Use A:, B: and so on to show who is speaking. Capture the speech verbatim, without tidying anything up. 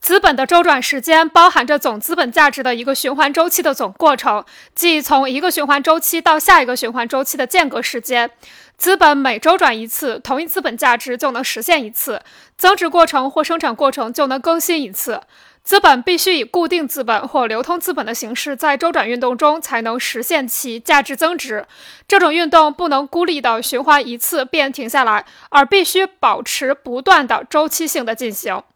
A: 资本的周转时间包含着总资本价值的一个循环周期的总过程，即从一个循环周期到下一个循环周期的间隔时间。资本每周转一次，同一资本价值就能实现一次，增值过程或生产过程就能更新一次。资本必须以固定资本或流通资本的形式在周转运动中才能实现其价值增值。这种运动不能孤立地循环一次便停下来，而必须保持不断的周期性的进行。